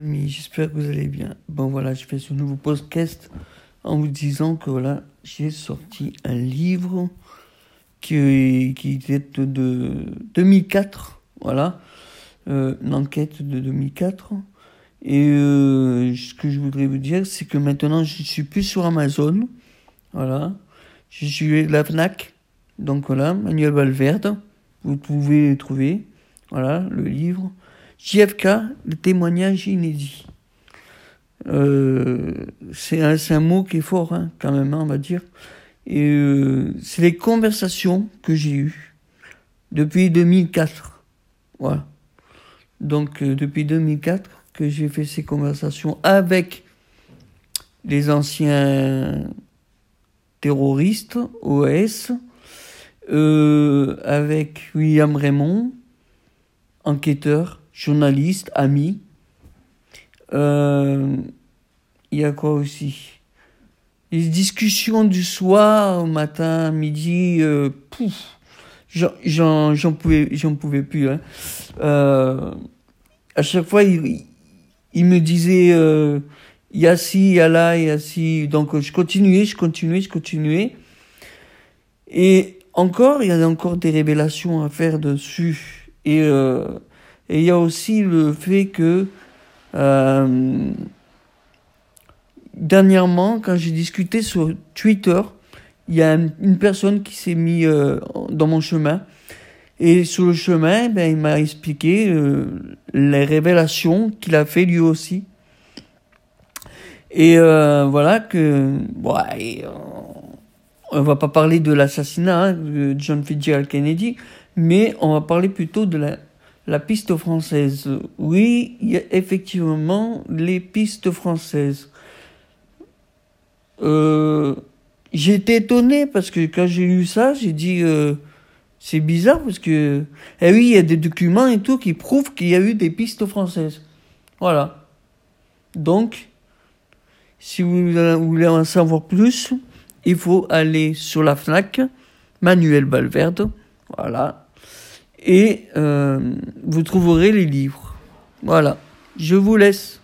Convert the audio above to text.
Amis, j'espère que vous allez bien. Bon voilà, je fais ce nouveau podcast en vous disant que voilà, j'ai sorti un livre qui date de 2004, voilà, une enquête de 2004. Et ce que je voudrais vous dire, c'est que maintenant je suis plus sur Amazon, voilà, je suis à la Fnac, donc voilà, Manuel Valverde, vous pouvez trouver, voilà, le livre. JFK, le témoignage inédit. C'est un mot qui est fort, hein, quand même, hein, on va dire. Et c'est les conversations que j'ai eues depuis 2004. Voilà. Donc, depuis 2004 que j'ai fait ces conversations avec les anciens terroristes, OAS, avec William Raymond, enquêteur, journaliste, ami. Il y a quoi aussi? Les discussions du soir, au matin, midi, j'en pouvais plus. Hein. À chaque fois, il me disait, il y a ci, il y a là, il y a ci. Donc, je continuais. Et encore, il y a encore des révélations à faire dessus. Et il y a aussi le fait que dernièrement, quand j'ai discuté sur Twitter, il y a une personne qui s'est mis dans mon chemin. Et sur le chemin, il m'a expliqué les révélations qu'il a fait lui aussi. Et voilà que... on va pas parler de l'assassinat de John Fitzgerald Kennedy, mais on va parler plutôt de la piste française. Oui, il y a effectivement les pistes françaises. J'ai été étonné parce que quand j'ai lu ça, j'ai dit c'est bizarre parce que oui, il y a des documents et tout qui prouvent qu'il y a eu des pistes françaises. Voilà. Donc, si vous voulez en savoir plus, il faut aller sur la Fnac, Manuel Valverde, voilà. Et vous trouverez les livres. Voilà. Je vous laisse.